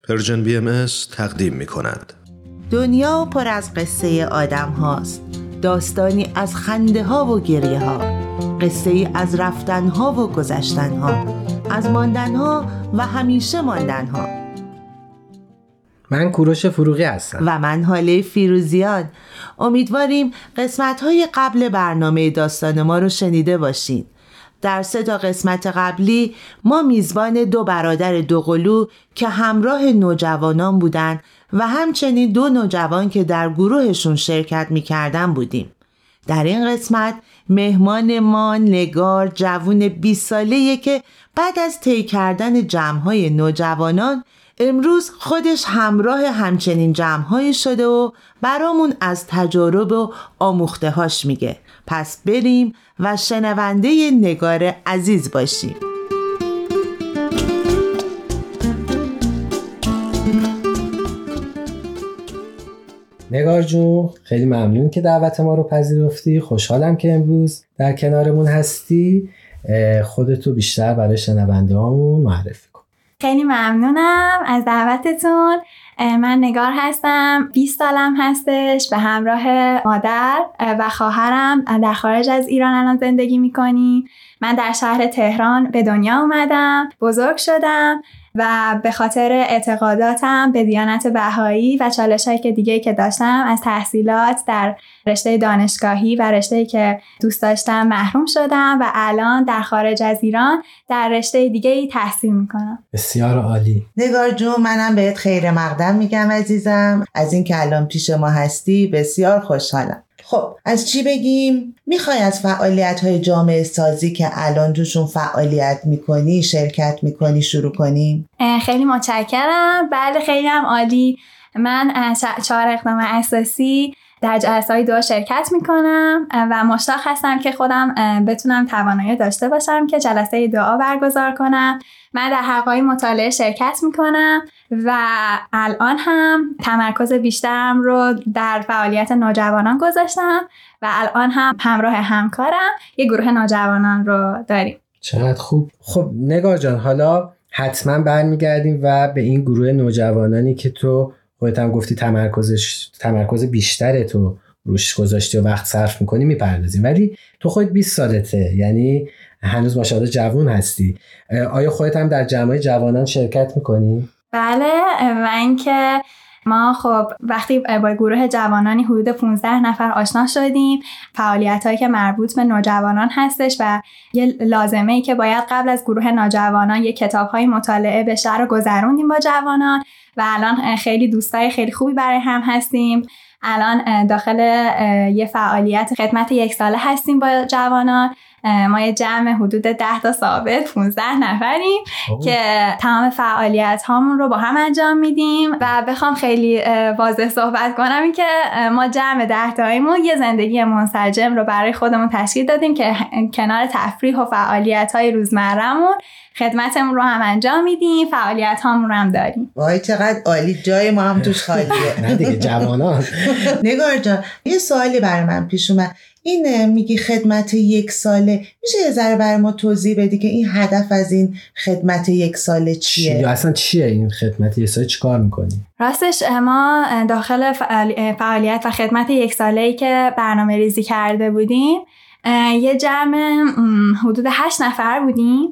پرژن BMS تقدیم می کند. دنیا پر از قصه آدم هاست، داستانی از خنده ها و گریه ها، قصه ای از رفتن ها و گذشتن ها، از ماندن ها و همیشه ماندن ها. من کوروش فروغی هستم و من هاله فیروزیان. امیدواریم قسمت های قبل برنامه داستان ما رو شنیده باشید. در 3 قسمت قبلی ما میزبان 2 برادر دوقلو که همراه نوجوانان بودن و همچنین 2 نوجوان که در گروهشون شرکت میکردن بودیم. در این قسمت مهمان ما نگار، جوون 20 ساله‌ایه که بعد از طی کردن جمع‌های نوجوانان امروز خودش همراه همچنین جمع‌هایی شده و برامون از تجارب و آموخته‌هاش میگه. پس بریم و شنونده نگار عزیز باشیم. نگار جون، خیلی ممنون که دعوت ما رو پذیرفتی. خوشحالم که امروز در کنارمون هستی. خودتو بیشتر برای شنونده هامون معرفی کن. خیلی ممنونم از دعوتتون. من نگار هستم، 20 سالم هستش، به همراه مادر و خواهرم در خارج از ایران الان زندگی میکنیم. من در شهر تهران به دنیا اومدم، بزرگ شدم و به خاطر اعتقاداتم به دیانت بهایی و چالش‌هایی که دیگه که داشتم از تحصیلات در رشته دانشگاهی و رشته‌ای که دوست داشتم محروم شدم و الان در خارج از ایران در رشته دیگه‌ای تحصیل میکنم. بسیار عالی. نگار جون، منم بهت خیر مقدم میگم عزیزم. از این که الان پیش ما هستی بسیار خوشحالم. خب از چی بگیم؟ میخوای از فعالیت‌های جامعه سازی که الان توشون فعالیت میکنی، شرکت میکنی شروع کنیم؟ خیلی متشکرم. بله خیلی هم عالی. من 4 اقدام اساسی در جلسه‌های دعا شرکت میکنم و مشتاق هستم که خودم بتونم توانایی داشته باشم که جلسه دعا برگزار کنم. من در حلقه‌های مطالعه شرکت میکنم و الان هم تمرکز بیشترم رو در فعالیت نوجوانان گذاشتم و الان هم همراه همکارم یه گروه نوجوانان رو داریم. چقدر خوب. خب نگار جان، حالا حتما برمیگردیم و به این گروه نوجوانانی که تو خودت هم گفتی تمرکز بیشتر تو روش گذاشتی و وقت صرف میکنی میپردازیم، ولی تو خودت 20 سالته، یعنی هنوز ماشاءالله جوان هستی. آیا خودت هم در جمعای جوانان شرکت میکنی؟ بله، و اینکه ما خب وقتی با گروه جوانانی حدود 15 نفر آشنا شدیم، فعالیت‌هایی که مربوط به نوجوانان هستش و یه لازمه‌ای که باید قبل از گروه نوجوانان یه کتاب‌های مطالعه بشه رو گذروندیم با جوانان و الان خیلی دوستای خیلی خوبی برای هم هستیم. الان داخل یه فعالیت خدمت 1 ساله هستیم با جوانان. ما یه جمع حدود 10 تا ثابت 15 نفریم که تمام فعالیت هامون رو با هم انجام میدیم و بخوام خیلی واضح صحبت کنم این که ما جمع 10 تاییمون یه زندگی منسجم رو برای خودمون تشکیل دادیم که کنار تفریح و فعالیت های روزمره‌مون خدمتمون رو هم انجام میدیم، فعالیت هامون رو هم داریم. وای چقدر عالی، جای ما هم توش خالیه. نه دیگه جوانان. نگار جان، یه سوالی برای من پیش اومد. این میگی خدمت 1 ساله، میشه یه ذره برای ما توضیح بدی که این هدف از این خدمت 1 ساله چیه؟ یا اصلا چیه این خدمت 1 ساله، چی کار میکنی؟ راستش ما داخل فعالیت و خدمت 1 ساله‌ای که برنامه ریزی کرده بودیم یه جمع حدود 8 نفر بودیم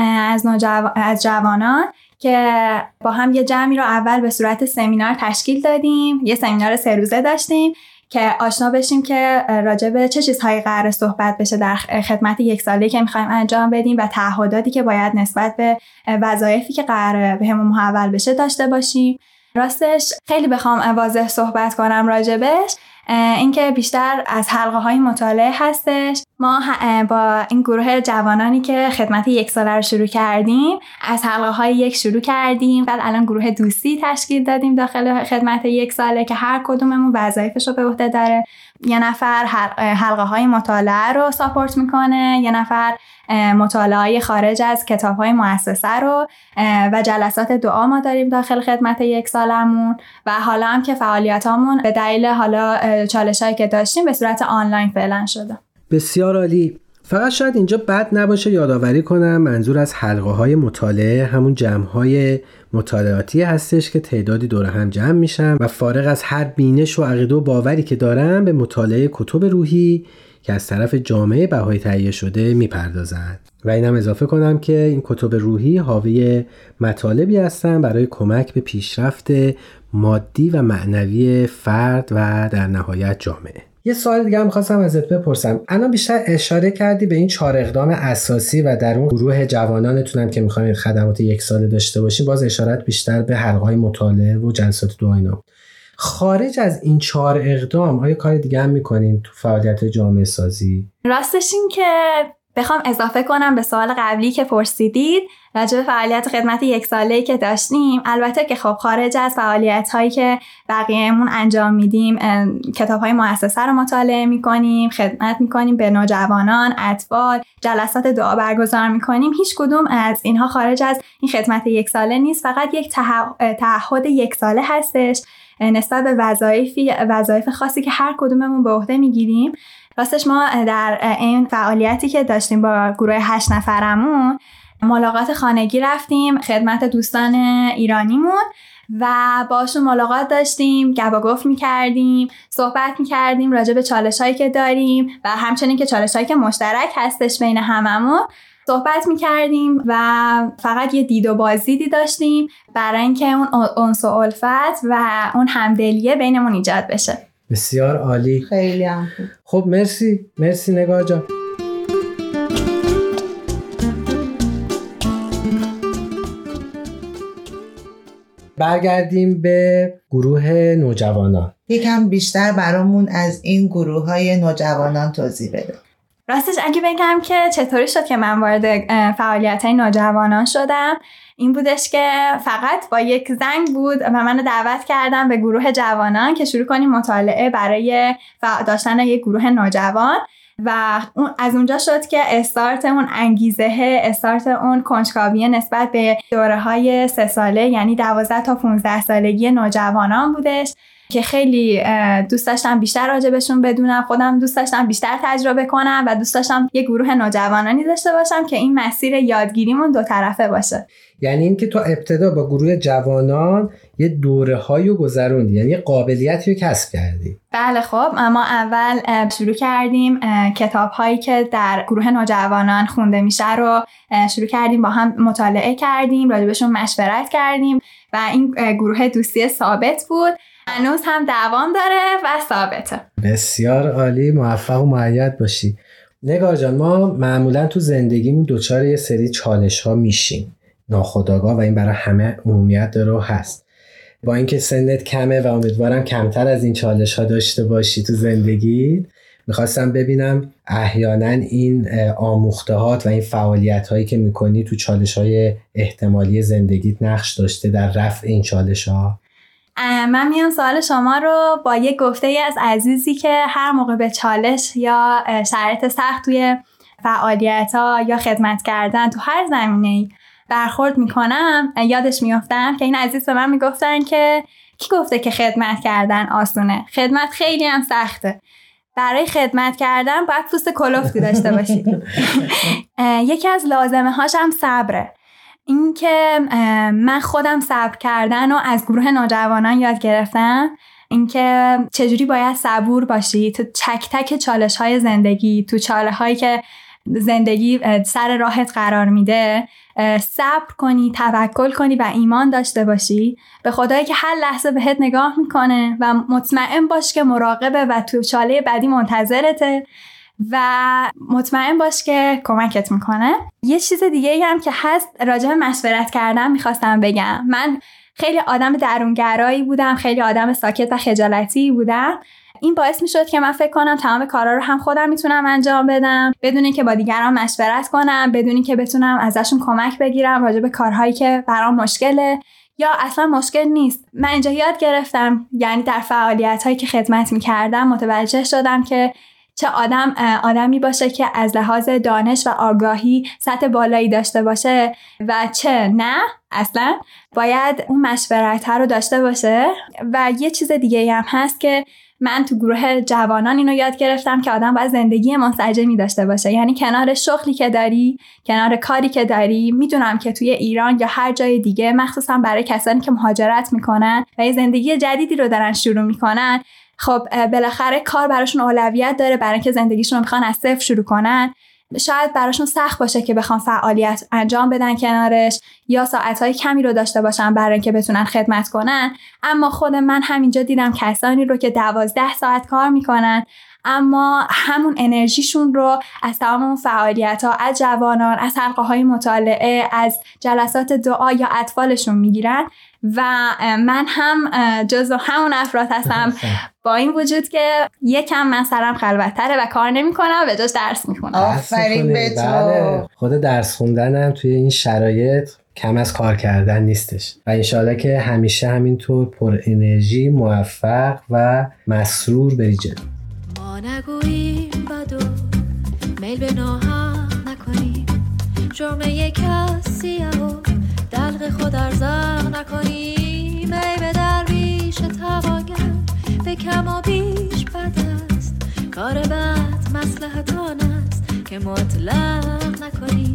از جوانان که با هم یه جمعی رو اول به صورت سمینار تشکیل دادیم. یه سمینار 3 روزه داشتیم که آشنا بشیم که راجع به چه چیزهایی قراره صحبت بشه در خدمت 1 ساله‌ای که می‌خوایم انجام بدیم و تعهداتی که باید نسبت به وظایفی که قراره بهمون محول بشه داشته باشیم. راستش خیلی بخوام واضح صحبت کنم راجبش، اینکه بیشتر از حلقه‌های مطالعه هستش. ما با این گروه جوانانی که خدمت 1 ساله رو شروع کردیم از حلقه‌های 1 شروع کردیم، بعد الان گروه دوستی تشکیل دادیم داخل خدمت 1 ساله که هر کدوممون وظایفش رو به عهده داره. یه نفر حلقه‌های مطالعه رو ساپورت میکنه، یه نفر مطالعه خارج از کتاب‌های مؤسسه رو و جلسات دعا ما داریم داخل خدمت 1 سالمون و حالا هم که فعالیتامون به دلیل حالا چالشایی که داشتیم به صورت آنلاین فعلا شده. بسیار عالی. فقط شاید اینجا بد نباشه یادآوری کنم منظور از حلقه‌های مطالعه همون جمع‌های مطالعاتی هستش که تعدادی دور هم جمع میشن و فارغ از هر بینش و عقیده و باوری که دارن به مطالعه کتب روحی که از طرف جامعه بهایی تهیه شده میپردازن. و اینم اضافه کنم که این کتب روحی حاوی مطالبی هستن برای کمک به پیشرفت مادی و معنوی فرد و در نهایت جامعه. یه سوال دیگه هم خواستم ازت بپرسم. الان بیشتر اشاره کردی به این 4 اقدام اساسی و در اون گروه جوانانتونم که میخواین خدمات 1 ساله داشته باشین باز اشارت بیشتر به حلقه‌های مطالعه و جلسات دعا اینا. خارج از این 4 اقدام آیا کار دیگه هم میکنین تو فعالیت جامعه سازی؟ راستش این که بخوام اضافه کنم به سوال قبلی که پرسیدید راجع به فعالیت خدمت 1 ساله‌ای که داشتیم، البته که خب خارج از فعالیت‌هایی که بقیه‌مون انجام میدیم کتاب‌های مؤسسه رو مطالعه می‌کنیم، خدمت می‌کنیم به نوجوانان، اطفال، جلسات دعا برگزار می‌کنیم، هیچ کدوم از اینها خارج از این خدمت 1 ساله نیست. فقط یک تعهد 1 ساله هستش نسبت به وظایف خاصی که هر کدوممون به عهده می‌گیریم. راستش ما در این فعالیتی که داشتیم با گروه 8 نفرمون ملاقات خانگی رفتیم خدمت دوستان ایرانیمون و باشون ملاقات داشتیم، گپ و گفت می‌کردیم، صحبت می‌کردیم راجع به چالش‌هایی که داریم و همچنین که چالش‌هایی که مشترک هستش بین هممون صحبت می‌کردیم و فقط یه دید و بازدیدی داشتیم برای اینکه اون انس و الفت و اون همدلیه بینمون ایجاد بشه. بسیار عالی. خیلی هم خب مرسی نگار جان. برگردیم به گروه نوجوانان. یکم بیشتر برامون از این گروه‌های نوجوانان توضیح بده. راستش اگه بگم که چطوری شد که من وارد فعالیت‌های نوجوانان شدم، این بودش که فقط با یک زنگ بود و منو دعوت کردم به گروه جوانان که شروع کنیم مطالعه برای داشتن یک گروه نوجوان و از اونجا شد که استارت اون انگیزه، استارت اون کنجکاوی نسبت به دوره‌های 3 ساله یعنی 12 تا 15 سالگی نوجوانان بودش که خیلی دوست داشتم بیشتر راجبشون بدونم، خودم دوست داشتم بیشتر تجربه کنم و دوست داشتم یه گروه نوجوانانی داشته باشم که این مسیر یادگیریمون 2 طرفه باشه. یعنی این که تو ابتدا با گروه جوانان یه دوره‌هایی رو گذروندی، یعنی قابلیتی رو کسب کردی. بله خب ما اول شروع کردیم کتاب‌هایی که در گروه نوجوانان خونده میشه رو شروع کردیم با هم مطالعه کردیم، راجبشون مشورت کردیم و این گروه دوستی ثابت بود. هنوز هم دوام داره و ثابته. بسیار عالی، موفق و مؤید باشی. نگار جان، ما معمولا تو زندگیمون دوچار یه سری چالش‌ها میشیم ناخودآگاه و این برای همه عمومیت داره و هست. با اینکه سنت کمه و امیدوارم کمتر از این چالش‌ها داشته باشی تو زندگی، میخواستم ببینم احیانا این آموختهات و این فعالیت‌هایی که میکنی تو چالش‌های احتمالی زندگیت نقش داشته در رفع این چالش‌ها؟ من میام سوال شما رو با یک گفته ای از عزیزی که هر موقع به چالش یا شرایط سخت توی فعالیت‌ها یا خدمت کردن تو هر زمینه‌ای برخورد میکنم یادش میافتم که این عزیز به من میگفتن که کی گفته که خدمت کردن آسونه؟ خدمت خیلی هم سخته. برای خدمت کردن باید پوست کلفتی داشته باشی. یکی از لازمه هاش هم صبره. این که من خودم صبر کردن و از گروه نوجوانان یاد گرفتم، این که چجوری باید صبور باشی تو تک تک چالش های زندگی، تو چاله هایی که زندگی سر راهت قرار میده، صبر کنی، توکل کنی و ایمان داشته باشی به خدایی که هر لحظه بهت نگاه میکنه و مطمئن باش که مراقبه و تو چاله بعدی منتظرته و مطمئن باش که کمکت میکنه. یه چیز دیگه هم که هست راجع به مشورت کردن میخواستم بگم. من خیلی آدم درونگرایی بودم، خیلی آدم ساکت و خجالتی بودم. این باعث میشد که من فکر کنم تمام کارا رو هم خودم میتونم انجام بدم بدون اینکه با دیگران مشورت کنم، بدون اینکه بتونم ازشون کمک بگیرم راجع به کارهایی که برام مشکله یا اصلا مشکل نیست. من اینجا یاد گرفتم، یعنی در فعالیت‌هایی که خدمت می‌کردم متوجه شدم که چه آدمی باشه که از لحاظ دانش و آگاهی سطح بالایی داشته باشه و چه نه اصلا باید اون مشورت رو داشته باشه. و یه چیز دیگه هم هست که من تو گروه جوانان اینو یاد گرفتم که آدم باید زندگی منسجمی داشته باشه. یعنی کنار شغلی که داری، کنار کاری که داری، میدونم که توی ایران یا هر جای دیگه، مخصوصا برای کسانی که مهاجرت میکنن و یه زندگی جدیدی رو دارن شروع میکنن، خب بالاخره کار براشون اولویت داره، برای اینکه زندگیشون رو میخوان از صفر شروع کنن. شاید براشون سخت باشه که بخوان فعالیت انجام بدن کنارش، یا ساعتهای کمی رو داشته باشن برای اینکه بتونن خدمت کنن. اما خود من همینجا دیدم کسانی رو که 12 ساعت کار میکنن، اما همون انرژیشون رو از تمام اون فعالیت‌ها، از جوانان، از حلقه‌های مطالعه، از جلسات دعا یا اطفالشون میگیرن. و من هم جزو همون افراد هستم، با این وجود که یکم من سرم خلوت‌تره و کار نمی‌کنم، به جاش درس می‌خونم. آفرین به تو. بله. خود درس خوندن هم توی این شرایط کم از کار کردن نیستش و انشالله که همیشه همینطور پر انرژی، موفق و مسرور بری جلو. ما نگوییم بدو میل به ناحق نکنیم، جرم یک کسیه و دلق خود ارزاق نکنیم. ای به درویش تواگر به کم و بیش بد است، کار بد مصلحت آن است که مطلق نکنیم.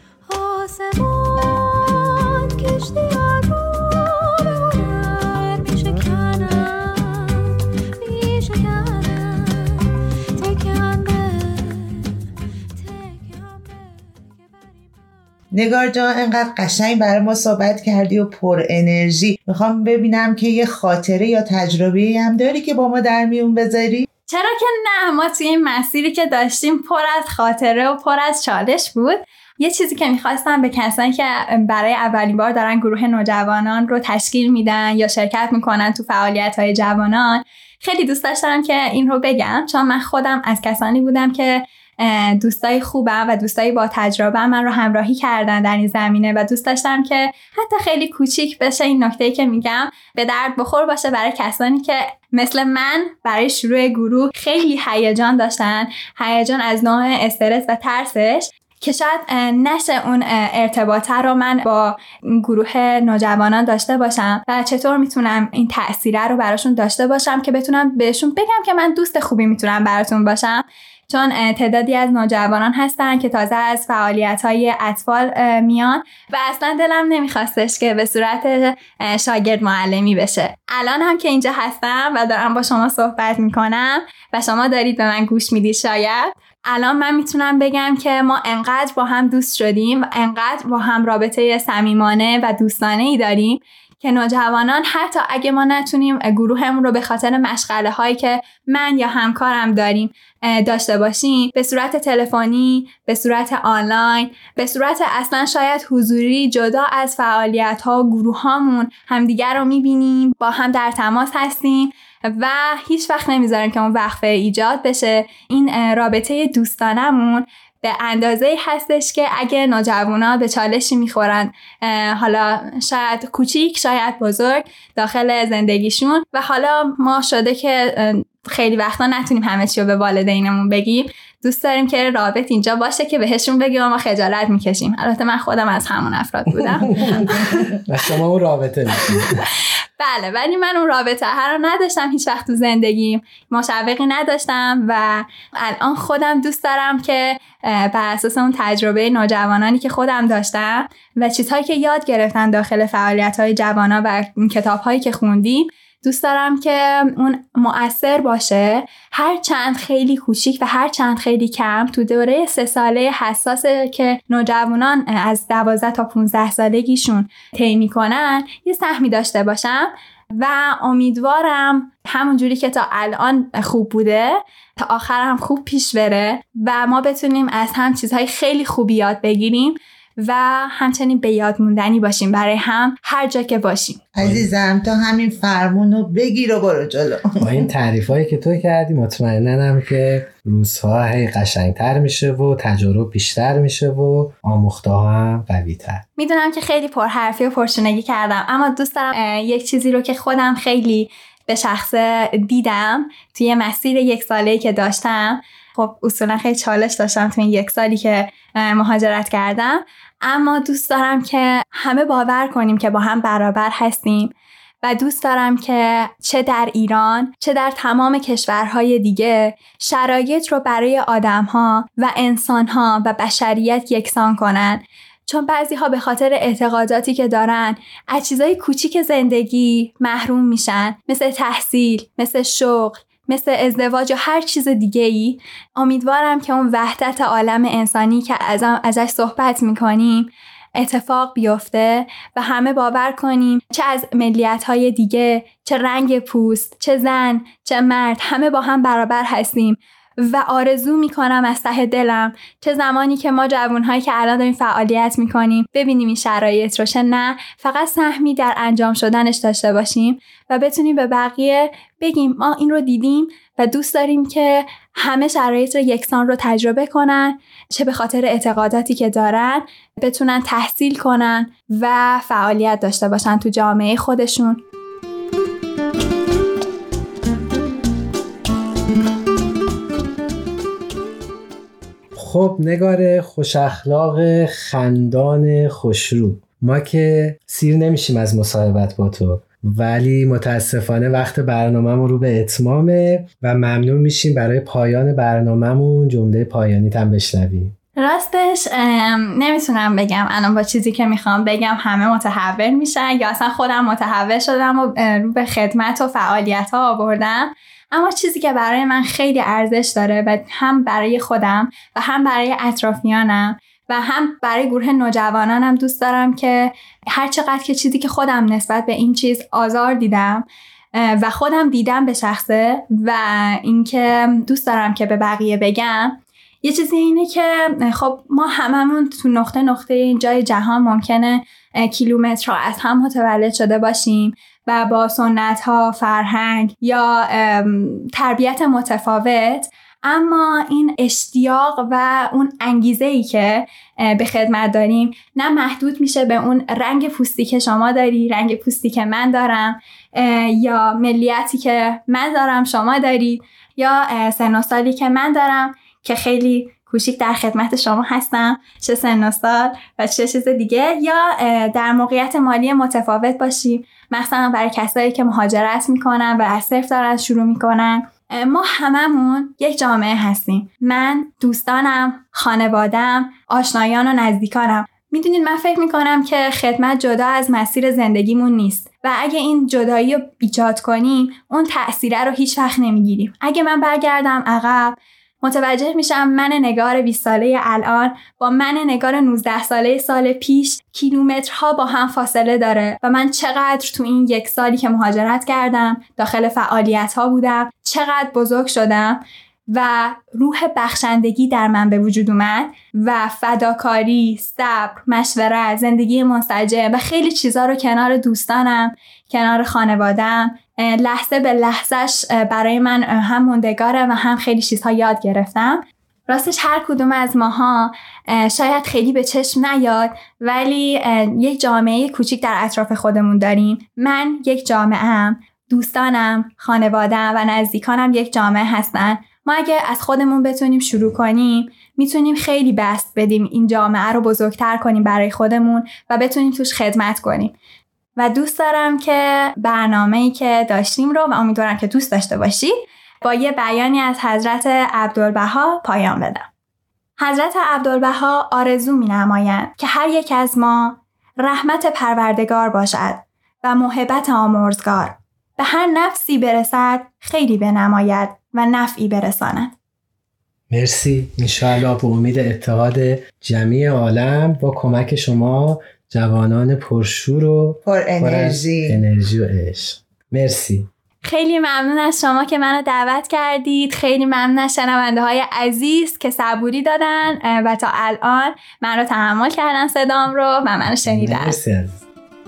آسمان کشتی رو به هنر میشه نگار جان انقدر قشنگ برای ما صحبت کردی و پر انرژی. میخوام ببینم که یه خاطره یا تجربه‌ای هم داری که با ما در میون بذاری؟ چرا که نه، ما توی این مسیری که داشتیم پر از خاطره و پر از چالش بود. یه چیزی که میخواستم به کسانی که برای اولین بار دارن گروه نوجوانان رو تشکیل میدن یا شرکت میکنن تو فعالیت‌های جوانان، خیلی دوست داشتم که این رو بگم، چون من خودم از کسانی بودم که دوستای خوبم و دوستای با تجربه من رو همراهی کردن در این زمینه و دوست داشتم که حتی خیلی کوچیک بشه این نکته‌ای که میگم به درد بخور باشه برای کسانی که مثل من برای شروع گروه خیلی هیجان داشتن، هیجان از نوع استرس و ترسش، که شاید نشه اون ارتباطه رو من با گروه نوجوانان داشته باشم و چطور میتونم این تأثیره رو براشون داشته باشم که بتونم بهشون بگم که من دوست خوبی میتونم براتون باشم. چون تعدادی از نوجوانان هستن که تازه از فعالیت‌های اطفال میان و اصلا دلم نمیخواستش که به صورت شاگرد معلمی بشه. الان هم که اینجا هستم و دارم با شما صحبت میکنم و شما دارید به من گوش میدید، شاید الان من میتونم بگم که ما انقدر با هم دوست شدیم و انقدر با هم رابطه صمیمانه و دوستانه ای داریم که نوجوانان حتی اگه ما نتونیم گروهمون رو به خاطر مشغله هایی که من یا همکارم داریم داشته باشیم، به صورت تلفنی، به صورت آنلاین، به صورت اصلا شاید حضوری، جدا از فعالیت ها و گروه هامون همدیگر رو میبینیم، با هم در تماس هستیم و هیچ وقت نمیذاریم که اون وقفه ایجاد بشه. این رابطه دوستانمون به اندازه‌ای هستش که اگه نوجوانا به چالشی میخورن، حالا شاید کوچیک شاید بزرگ داخل زندگیشون، و حالا ما شده که خیلی وقتا نتونیم همه چی رو به والدینمون بگیم، دوست داریم که رابط اینجا باشه که بهشون بگیم، ما خجالت میکشیم. البته من خودم از همون افراد بودم. و شما اون رابطه نیستید. بله، ولی من اون رابطه ها رو نداشتم هیچ وقت تو زندگیم، مشوقی نداشتم و الان خودم دوست دارم که بر اساس اون تجربه نوجوانانی که خودم داشتم و چیزهایی که یاد گرفتن داخل فعالیت‌های جوانا و کتاب‌هایی که خوندیم، دوست دارم که اون مؤثر باشه، هر چند خیلی کوچیک و هر چند خیلی کم تو دوره 3 ساله حساسه که نوجوانان از 12 تا 15 سالگیشون طی میکنن یه سهمی داشته باشم و امیدوارم همون جوری که تا الان خوب بوده تا آخر هم خوب پیش بره و ما بتونیم از هم چیزهای خیلی خوبی یاد بگیریم و همچنین به یاد موندنی باشیم برای هم هر جا که باشیم. عزیزم تا همین فرمونو بگیر و برو جلو. با این تعریفایی که تو کردی مطمئنم که روزها هی قشنگتر میشه و تجربه بیشتر میشه و آموخته ها هم قوی‌تر. میدونم که خیلی پرحرفی و پرشونگی کردم، اما دوست دارم یک چیزی رو که خودم خیلی به شخصه دیدم توی مسیر 1 ساله‌ای که داشتم. خب اصولا خیلی چالش داشتم توی این 1 سالی که مهاجرت کردم، اما دوست دارم که همه باور کنیم که با هم برابر هستیم و دوست دارم که چه در ایران چه در تمام کشورهای دیگه شرایط رو برای آدم‌ها و انسان‌ها و بشریت یکسان کنن، چون بعضی‌ها به خاطر اعتقاداتی که دارن از چیزای کوچیک زندگی محروم میشن، مثل تحصیل، مثل شغل، مثل ازدواج و هر چیز دیگه‌ای. امیدوارم که اون وحدت عالم انسانی که ازش صحبت میکنیم اتفاق بیفته و همه باور کنیم چه از ملیت‌های دیگه، چه رنگ پوست، چه زن، چه مرد، همه با هم برابر هستیم. و آرزو میکنم از ته دلم چه زمانی که ما جوانهایی که الان داریم فعالیت میکنیم ببینیم این شرایط رو، چه نه فقط سهمی در انجام شدنش داشته باشیم و بتونیم به بقیه بگیم ما این رو دیدیم و دوست داریم که همه شرایط یکسان رو تجربه کنن، چه به خاطر اعتقاداتی که دارن بتونن تحصیل کنن و فعالیت داشته باشن تو جامعه خودشون. خب نگار خوش اخلاق، خندان، خوشرو، ما که سیر نمیشیم از مصاحبت با تو، ولی متاسفانه وقت برنامه‌مون رو به اتمامه و ممنون میشیم برای پایان برنامه‌مون جمله پایانی تام بشنویم. راستش نمیتونم بگم الان با چیزی که میخوام بگم همه متحول میشن یا اصلا خودم متحول شدم و رو به خدمت و فعالیت ها آوردم، اما چیزی که برای من خیلی ارزش داره و هم برای خودم و هم برای اطرافیانم و هم برای گروه نوجوانانم دوست دارم که هر چقدر که چیزی که خودم نسبت به این چیز آزار دیدم و خودم دیدم به شخصه و اینکه دوست دارم که به بقیه بگم، یه چیزی اینه که خب ما هممون تو نقطه این جای جهان ممکنه کیلومترها از هم متولد شده باشیم و با سنت‌ها، فرهنگ یا تربیت متفاوت، اما این اشتیاق و اون انگیزه‌ای که به خدمت داریم نه محدود میشه به اون رنگ پوستی که شما داری، رنگ پوستی که من دارم، یا ملیتی که من دارم شما داری، یا سن و سالی که من دارم که خیلی کوچیک در خدمت شما هستم، چه سن و سال و چه چیز دیگه، یا در موقعیت مالی متفاوت باشیم، مثلا برای کسایی که مهاجرت میکنن و از صفر دارن شروع میکنن. ما هممون یک جامعه هستیم. من، دوستانم، خانوادم، آشنایان و نزدیکانم. میدونید من فکر میکنم که خدمت جدا از مسیر زندگیمون نیست و اگه این جدایی رو ایجاد کنیم اون تأثیره رو هیچ وقت نمیگیریم. اگه من برگردم عقب متوجه میشم من نگار 20 ساله الان با من نگار 19 ساله سال پیش کیلومترها با هم فاصله داره و من چقدر تو این 1 سالی که مهاجرت کردم داخل فعالیت ها بودم چقدر بزرگ شدم و روح بخشندگی در من به وجود اومد و فداکاری، صبر، مشورت، زندگی منسجم و خیلی چیزا رو کنار دوستانم، کنار خانوادم لحظه به لحظهش برای من هم موندگاره و هم خیلی چیزها یاد گرفتم. راستش هر کدوم از ماها شاید خیلی به چشم نیاد ولی یک جامعه کوچیک در اطراف خودمون داریم. من یک جامعه‌ام، دوستانم، خانواده‌ام و نزدیکانم یک جامعه هستن. ما اگه از خودمون بتونیم شروع کنیم میتونیم خیلی بسط بدیم این جامعه رو بزرگتر کنیم برای خودمون و بتونیم توش خدمت کنیم. و دوست دارم که برنامه‌ای که داشتیم رو و امیدوارم که دوست داشته باشید با یه بیانی از حضرت عبدالبها پایان بدم. حضرت عبدالبها آرزو می‌نمایند که هر یک از ما رحمت پروردگار باشد و محبت آمرزگار، به هر نفسی برسد خیری بنماید و نفعی برساند. مرسی. انشاءالله به امید اتحاد جمعی عالم با کمک شما جوانان پرشور و پر انرژی و عشق. مرسی. خیلی ممنون از شما که منو دعوت کردید. خیلی ممنون از شنونده های عزیز که صبوری دادن و تا الان من رو تحمل کردن صدام رو و منو شنیدن. مرسی عزیز.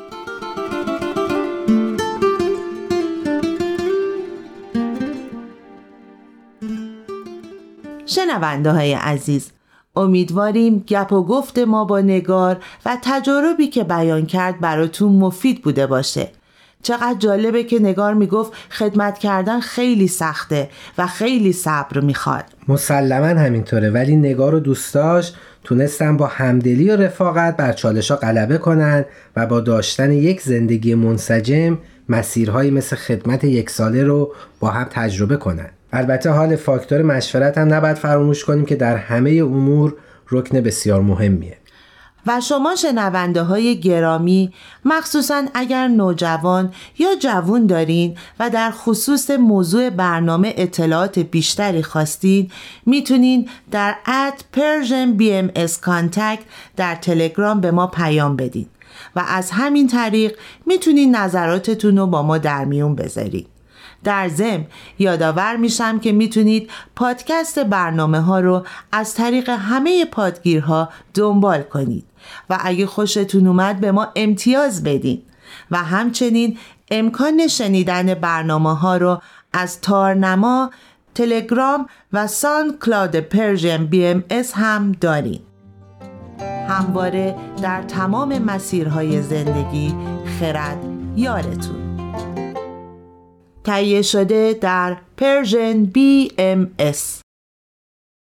شنونده های عزیز، امیدواریم گپ و گفت ما با نگار و تجاربی که بیان کرد براتون مفید بوده باشه. چقدر جالبه که نگار میگفت خدمت کردن خیلی سخته و خیلی صبر میخواد. مسلماً همینطوره، ولی نگار و دوستاش تونستن با همدلی و رفاقت بر چالش‌ها غلبه کنن و با داشتن یک زندگی منسجم مسیرهایی مثل خدمت 1 ساله رو با هم تجربه کنن. البته حال فاکتور مشورت هم نباید فراموش کنیم که در همه امور رکن بسیار مهمیه. و شما شنونده های گرامی، مخصوصاً اگر نوجوان یا جوان دارین و در خصوص موضوع برنامه اطلاعات بیشتری خواستین، میتونین در @PersianBMSContact در تلگرام به ما پیام بدین و از همین طریق میتونین نظراتتون رو با ما در میون بذارید. در ضمن یادآور میشم که میتونید پادکست برنامه ها رو از طریق همه پادگیرها دنبال کنید و اگه خوشتون اومد به ما امتیاز بدین و همچنین امکان شنیدن برنامه ها رو از تارنما، تلگرام و ساوندکلاود پرژن BMS هم دارین. همواره در تمام مسیرهای زندگی خرد یارتون. تهیه شده در پرژن BMS.